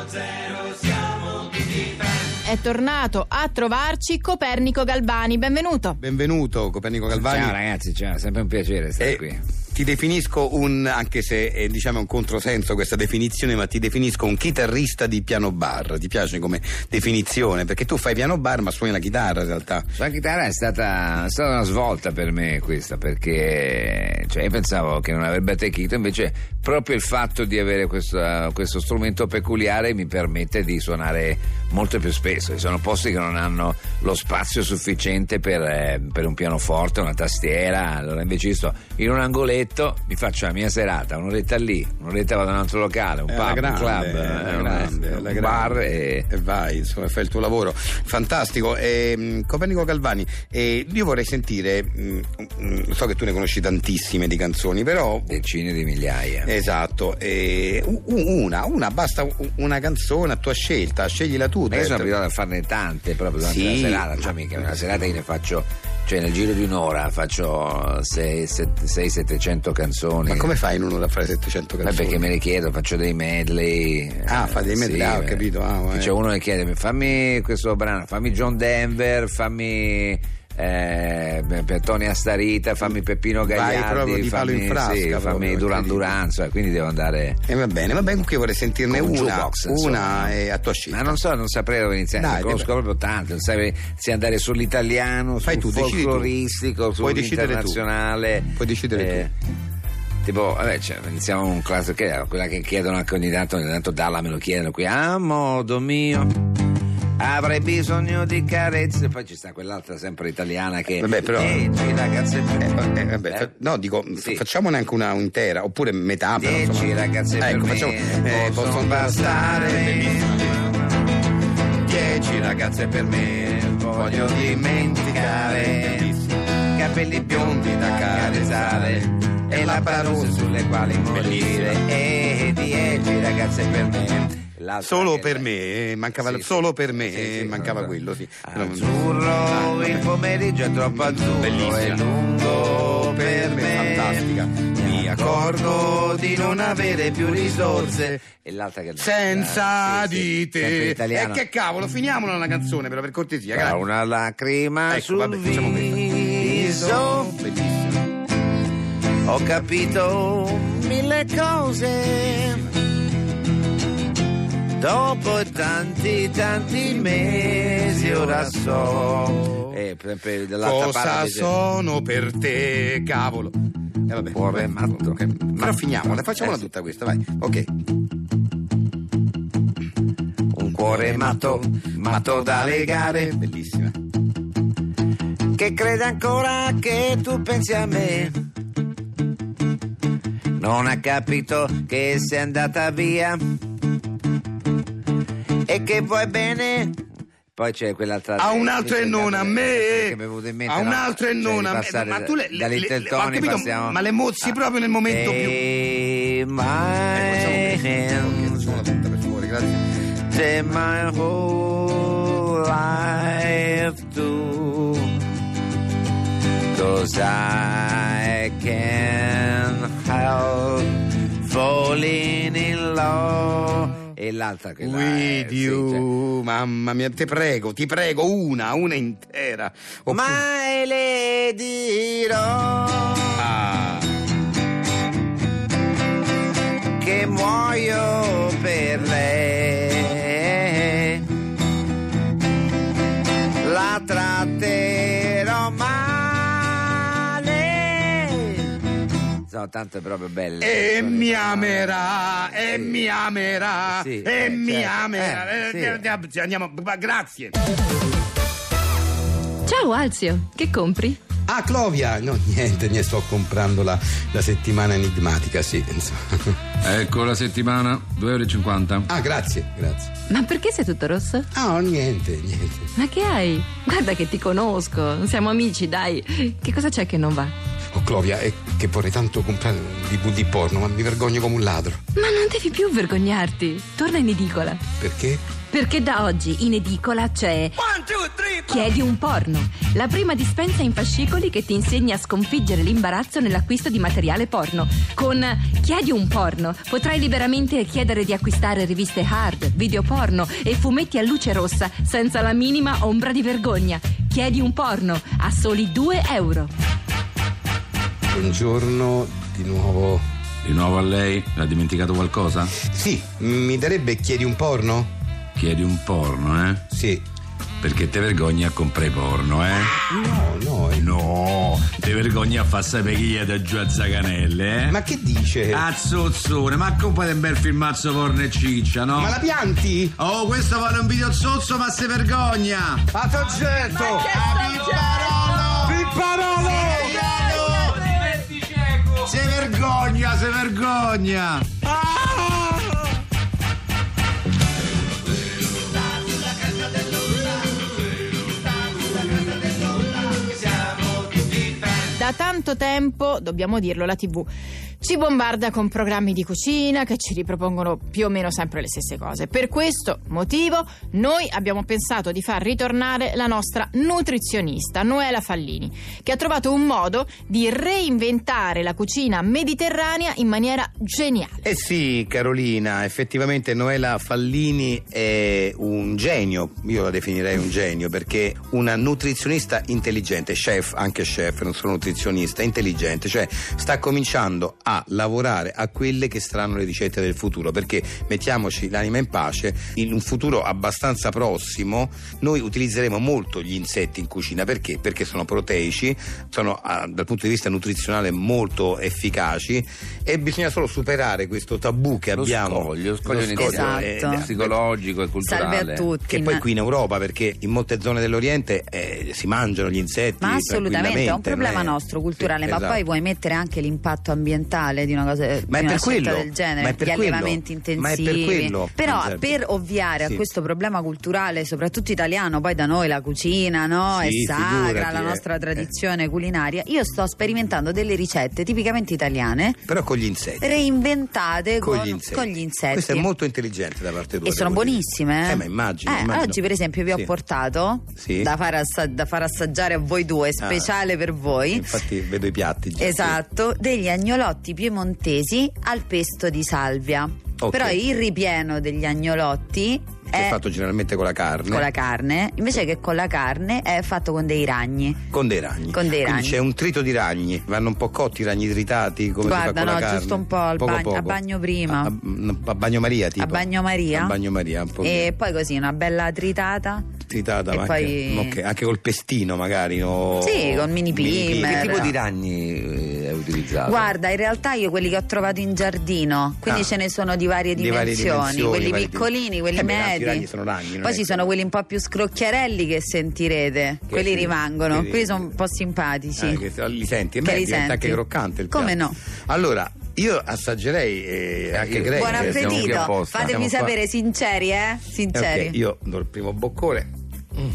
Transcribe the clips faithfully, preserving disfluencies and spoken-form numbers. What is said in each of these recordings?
zero siamo tutti fan. È tornato a trovarci Copernico Galvani, benvenuto. Benvenuto Copernico Galvani. Ciao ragazzi, ciao, sempre un piacere stare eh, qui. Ti definisco un, anche se è diciamo un controsenso questa definizione, ma ti definisco un chitarrista di piano bar. Ti piace come definizione? Perché tu fai piano bar ma suoni la chitarra in realtà. La chitarra è stata, è stata una svolta per me questa, perché cioè, io pensavo che non avrebbe attecchito, invece proprio il fatto di avere questo, questo strumento peculiare mi permette di suonare molto più spesso. Ci sono posti che non hanno lo spazio sufficiente per, eh, per un pianoforte, una tastiera, allora invece io sto in un angoletto, mi faccio la mia serata, un'oretta lì, un'oretta vado in un altro locale, un pub, grande, un club, eh, un, grande, un grande. bar e... e vai, insomma, fai il tuo lavoro. Fantastico. Eh, Copernico Galvani, eh, io vorrei sentire, mh, mh, so che tu ne conosci tantissime di canzoni, però decine di migliaia. Esatto, eh, una, una, basta una canzone a tua scelta, sceglila tu. Ma io sono abituato a farne tante proprio durante sì, la serata, cioè mica una serata che ne faccio, cioè nel giro di un'ora faccio sei settecento canzoni. Ma come fai in un'ora a fare settecento canzoni? Ma perché me le chiedo, faccio dei medley. Ah, fa dei medley, sì, ah, ho capito. Ah, c'è uno che chiede, fammi questo brano, fammi John Denver, fammi eh, per Tony Astarita, fammi Peppino Gagliardi, vai proprio di palo fammi, in frasca, sì, proprio, fammi Duran Duran, cioè, quindi devo andare. E eh, va bene, va bene, comunque vorrei sentirne un una, jukebox, una e a tua scelta. Ma non so, non saprei dove iniziare, Dai, ne conosco deve... proprio tante, non sai se andare sull'italiano, Fai sul tu, folcloristico, sull'internazionale. Puoi decidere eh, tu. Tipo, vabbè, cioè, iniziamo un classico, che è quella che chiedono anche ogni tanto, ogni tanto Dalla me lo chiedono qui, a modo mio avrei bisogno di carezze, poi ci sta quell'altra sempre italiana che vabbè, però dieci ragazze per eh, eh, vabbè, eh? no dico sì. facciamone anche una intera oppure metà, però, dieci insomma. ragazze ecco, per facciamo, me eh, possono bastare dieci ragazze per me, voglio dimenticare capelli biondi da carezzare e labbra rosse sulle quali morire, e dieci ragazze per me. L'altra solo che... per me, eh, mancava sì, solo sì, per me, sì, eh, sì, mancava no, quello, sì. Azzurro, no, il pomeriggio è troppo azzurro, bellissima. è lungo per me, fantastica. Mi accorgo di non avere più risorse e l'altra che senza ah, sì, di sì, te. E che cavolo, finiamola la canzone però per cortesia, Tra grazie. una lacrima Ecco, sul vabbè, facciamo viso, bellissimo. Ho capito mille cose dopo tanti tanti mesi, ora so eh, per, per, cosa parte, sono per te, cavolo. Eh, vabbè, cuore matto. Okay. Però finiamola, facciamola eh, tutta questa, vai. Ok. Un cuore matto, matto da legare, bellissima. che crede ancora che tu pensi a me. Non ha capito che sei andata via e che vuoi bene. Poi c'è quell'altra a un altro e non a me, che mi è venuto in mente, a un no? altro e non cioè, a me, ma tu le, le, le, le ho capito, passiamo... ma le mozzi ah. proprio nel momento hey, più my eh, facciamo tutta per favore, grazie. Take my whole life too, 'cause I can't help falling in love. E l'altra che With you, sì, cioè... mamma mia, ti prego, ti prego, una, una intera. Oppure... Mai le dirò ah. che muoio per lei, la tratterò male. No, tanto è proprio belle. E mi amerà, e sì. mi amerà, sì, e eh, mi certo. amerà. Eh, sì. Andiamo, grazie. Ciao Alzio, che compri? Ah, Clovia, no, niente, ne sto comprando la, la settimana enigmatica, sì. Ecco la settimana, due euro e cinquanta. Ah, grazie, grazie. Ma perché sei tutto rosso? Ah, oh, niente, niente. Ma che hai? Guarda che ti conosco, siamo amici, dai. Che cosa c'è che non va? Oh, Clovia, è che vorrei tanto comprare D V D porno, ma mi vergogno come un ladro. Ma non devi più vergognarti, torna in edicola. Perché? Perché da oggi in edicola c'è Chiedi un porno, la prima dispensa in fascicoli che ti insegna a sconfiggere l'imbarazzo nell'acquisto di materiale porno. Con Chiedi un porno potrai liberamente chiedere di acquistare riviste hard, video porno e fumetti a luce rossa senza la minima ombra di vergogna. Chiedi un porno a soli due euro. Buongiorno, di nuovo. Di nuovo a lei? Ha dimenticato qualcosa? Sì, mi darebbe Chiedi un porno? Chiedi un porno, eh? Sì. Perché te vergogni a comprare porno, eh? No, no. eh. No, te vergogni a far sapere chi è da giù a Zaganelle, eh? Ma che dice? Azzozzone, ma compare un bel filmazzo porno e ciccia, no? Ma la pianti? Oh, questo vale un video zozzo, ma se vergogna! A soggetto! Ma che soggetto? Pipparolo! Se vergogna, se vergogna! Da tanto tempo, dobbiamo dirlo, la tivù ci bombarda con programmi di cucina che ci ripropongono più o meno sempre le stesse cose. Per questo motivo noi abbiamo pensato di far ritornare la nostra nutrizionista Noela Fallini, che ha trovato un modo di reinventare la cucina mediterranea in maniera geniale. Eh sì, Carolina, effettivamente Noela Fallini è un genio, io la definirei un genio, perché una nutrizionista intelligente, chef, anche chef, non solo nutrizionista, intelligente, cioè sta cominciando a lavorare a quelle che saranno le ricette del futuro, perché mettiamoci l'anima in pace, in un futuro abbastanza prossimo noi utilizzeremo molto gli insetti in cucina. Perché? Perché sono proteici, sono ah, dal punto di vista nutrizionale molto efficaci, e bisogna solo superare questo tabù che Lo abbiamo scoglio, scoglio lo scoglio, esatto. eh, psicologico e culturale. Salve a tutti. che poi qui in Europa, perché in molte zone dell'Oriente eh, si mangiano gli insetti Ma assolutamente, è un problema non è- nostro culturale, Sì, ma esatto. poi vuoi mettere anche l'impatto ambientale di una cosa, Ma di è una per scelta quello, del genere, ma è per gli quello, allevamenti intensivi. ma è per quello, Però per per ovviare Sì. a questo problema culturale, soprattutto italiano, poi da noi la cucina, no? Sì, è sacra, figurati, la eh. nostra tradizione culinaria. Io sto sperimentando delle ricette tipicamente italiane, però con gli insetti. reinventate Con con, gli insetti. con gli insetti. Questo è molto intelligente da parte tua. E sono devo dire. buonissime, eh? Eh, ma immagino, Eh, immagino. Oggi per esempio vi ho Sì. portato Sì. da, fare assa- da far assaggiare a voi due, speciale per voi. Infatti vedo i piatti già. Esatto, degli agnolotti piemontesi al pesto di salvia. Ok. Però il ripieno degli agnolotti Che è è fatto generalmente con la carne. con la carne, invece che con la carne è fatto con dei ragni. Con dei ragni. Con dei Quindi ragni. c'è un trito di ragni. Vanno un po' cotti i ragni tritati, come Guarda, si fa con no, la carne. giusto un po' al Poco, bagno- poco. a bagno prima. A, a- a bagnomaria tipo. A bagnomaria. A bagnomaria, un po' E poi così una bella tritata. tritata, e ma poi- anche, ok, anche col pestino magari. O... Sì, con mini pimer. Che tipo di ragni eh, hai utilizzato? Guarda, in realtà io quelli che ho trovato in giardino, quindi Ah. ce ne sono di varie Di varie dimensioni, dimensioni, quelli varie piccolini, quelli Eh beh, tanti medi. ragni sono ragni, non Poi è ci che- sono quelli un po' più scrocchiarelli che sentirete, quelli sì, rimangono, quelli- quelli sono un po' simpatici. Ah, che li senti? Che Beh, li diventa senti? anche croccante il Come piatto. no? Allora, io assaggerei eh, anche io- Greg. Buon eh, siamo qui appetito, apposta. fatemi Siamo qua. sapere, sinceri, eh? Sinceri. Ok, io do il primo boccone. Mm.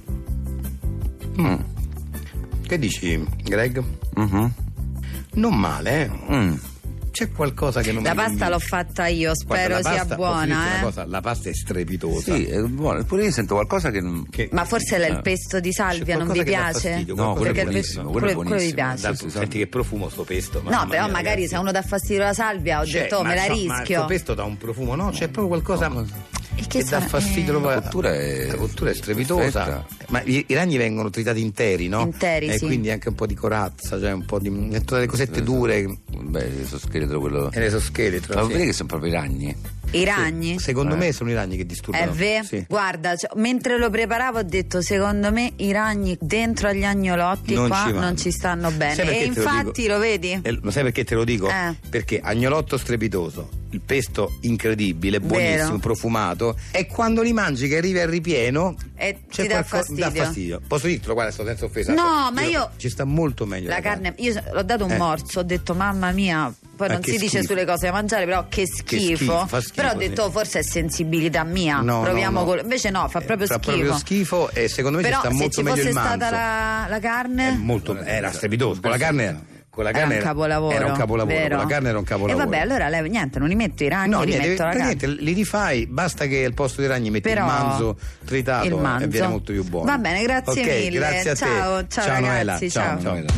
Mm. Che dici, Greg? Mhm. Non male, eh? Mm. C'è qualcosa che non La mi pasta l'ho fatta io, Guarda, spero la sia pasta, posso dirti buona, una eh? cosa, la pasta è strepitosa. Sì, è buono. Eppure io sento qualcosa che non... Che- Ma forse Eh. il pesto di salvia C'è non vi qualcosa che dà piace? fastidio, No, quello è Perché il buonissimo, pesto- quello è quello- quello vi buonissimo. piace? Dà- senti che profumo sto pesto. No, mamma però mia, magari ragazzi. se a uno dà fastidio la salvia, ho C'è, detto, oh, ma me la so- Ma rischio. questo pesto dà un profumo, no? C'è proprio qualcosa E che, che dà sarà? fastidio. Eh. proprio- La cottura è- la cottura è strepitosa. perfetta. Ma i, i ragni vengono tritati interi, no? Interi, E sì. quindi anche un po' di corazza, cioè un po' di tutte le cosette dure. Beh, l'esoscheletro quello... E l'esoscheletro. Ma sì. vedi che sono proprio i ragni? I ragni? Secondo Eh. me sono i ragni che È disturbano. vero? Sì. Guarda, cioè, mentre lo preparavo ho detto secondo me i ragni dentro agli agnolotti Non qua ci vanno. non ci stanno Sai bene. perché E te lo infatti dico? lo vedi? Eh, lo sai perché te lo dico? Eh. Perché agnolotto strepitoso, il pesto incredibile, buonissimo, Vero. profumato, e quando li mangi che arrivi al ripieno E c'è ti dà qualcosa- fastidio. dà fastidio. Posso dirtelo, guarda, sto senza offesa. No, ma io- ci sta molto meglio La carne, io l'ho dato un Eh. morso, ho detto mamma mia, poi Ma non che si dice schifo. sulle cose da mangiare, però che schifo. schifo, fa schifo, però ho sì. detto oh, forse è sensibilità mia, No, proviamo no, no. con- invece no, fa Eh, proprio fa schifo. proprio schifo, e secondo me Però ci sta se molto ci meglio fosse il stata manzo. la, la carne, È molto, era strepitoso. Con la carne con la Era carne un capolavoro, era un capolavoro, vero? con la carne era un capolavoro. E vabbè, allora lei, niente, non li metto i ragni, No, li niente, metto la carne. niente, li rifai, basta che al posto dei ragni metti Però il manzo tritato il manzo. e viene molto più buono. Va bene, grazie Ok, mille. grazie a te. Ciao, ciao, ciao ragazzi, Noela, ciao. ciao. Noela.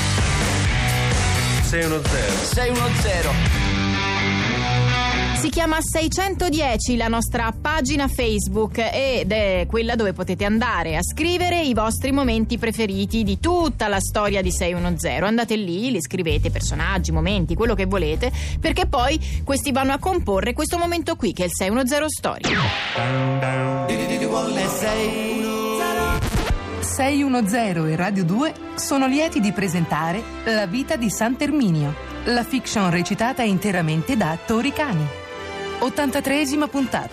sei uno zero sei uno zero. Si chiama seicentodieci la nostra pagina Facebook ed è quella dove potete andare a scrivere i vostri momenti preferiti di tutta la storia di sei uno zero. Andate lì, li scrivete, personaggi, momenti, quello che volete, perché poi questi vanno a comporre questo momento qui che è il sei uno zero Story. sei uno zero e Radio due sono lieti di presentare La vita di Sant'Erminio, la fiction recitata interamente da attori cani. ottantatreesima puntata.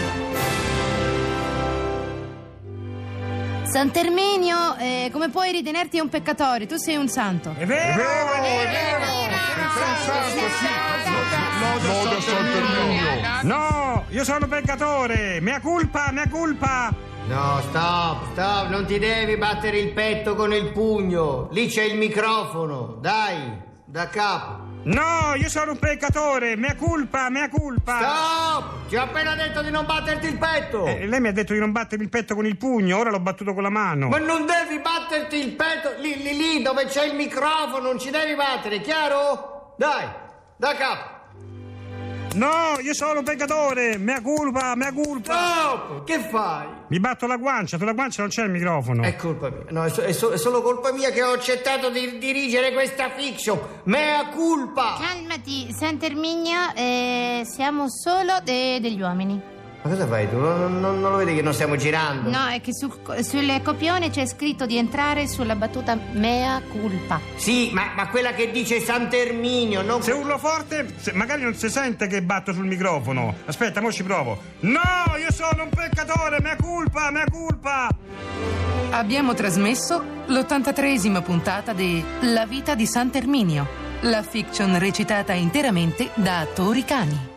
Sant'Erminio, eh, come puoi ritenerti un peccatore? Tu sei un santo. È vero, è vero, è vero. Loda Sant'Erminio. No, io sono peccatore. Mea culpa, mea culpa. No, stop, stop, non ti devi battere il petto con il pugno. Lì c'è il microfono, dai, da capo. No, io sono un peccatore, mea culpa, mea culpa. Stop! Ti ho appena detto di non batterti il petto. Eh, lei mi ha detto di non battere il petto con il pugno, ora l'ho battuto con la mano. Ma non devi batterti il petto, lì, lì, lì dove c'è il microfono, non ci devi battere, chiaro? Dai, da capo. No, io sono un peccatore, mea culpa, mea culpa. Stop! Che fai? Mi batto la guancia, sulla guancia non c'è il microfono. È colpa mia, no, è, so, è, so, è solo colpa mia che ho accettato di dirigere questa fiction. Mea culpa! Calmati, Sant'Erminio, eh, siamo solo de- degli uomini. Ma cosa fai tu? Non, non, non lo vedi che non stiamo girando? No, è che sul, sul copione c'è scritto di entrare sulla battuta mea culpa. Sì, ma, ma quella che dice Sant'Erminio, non... Se urlo forte, se magari non si sente che batto sul microfono. Aspetta, mo ci provo. No, io sono un peccatore, mea culpa, mea culpa. Abbiamo trasmesso l'ottantatreesima puntata di La vita di Sant'Erminio, la fiction recitata interamente da attori cani.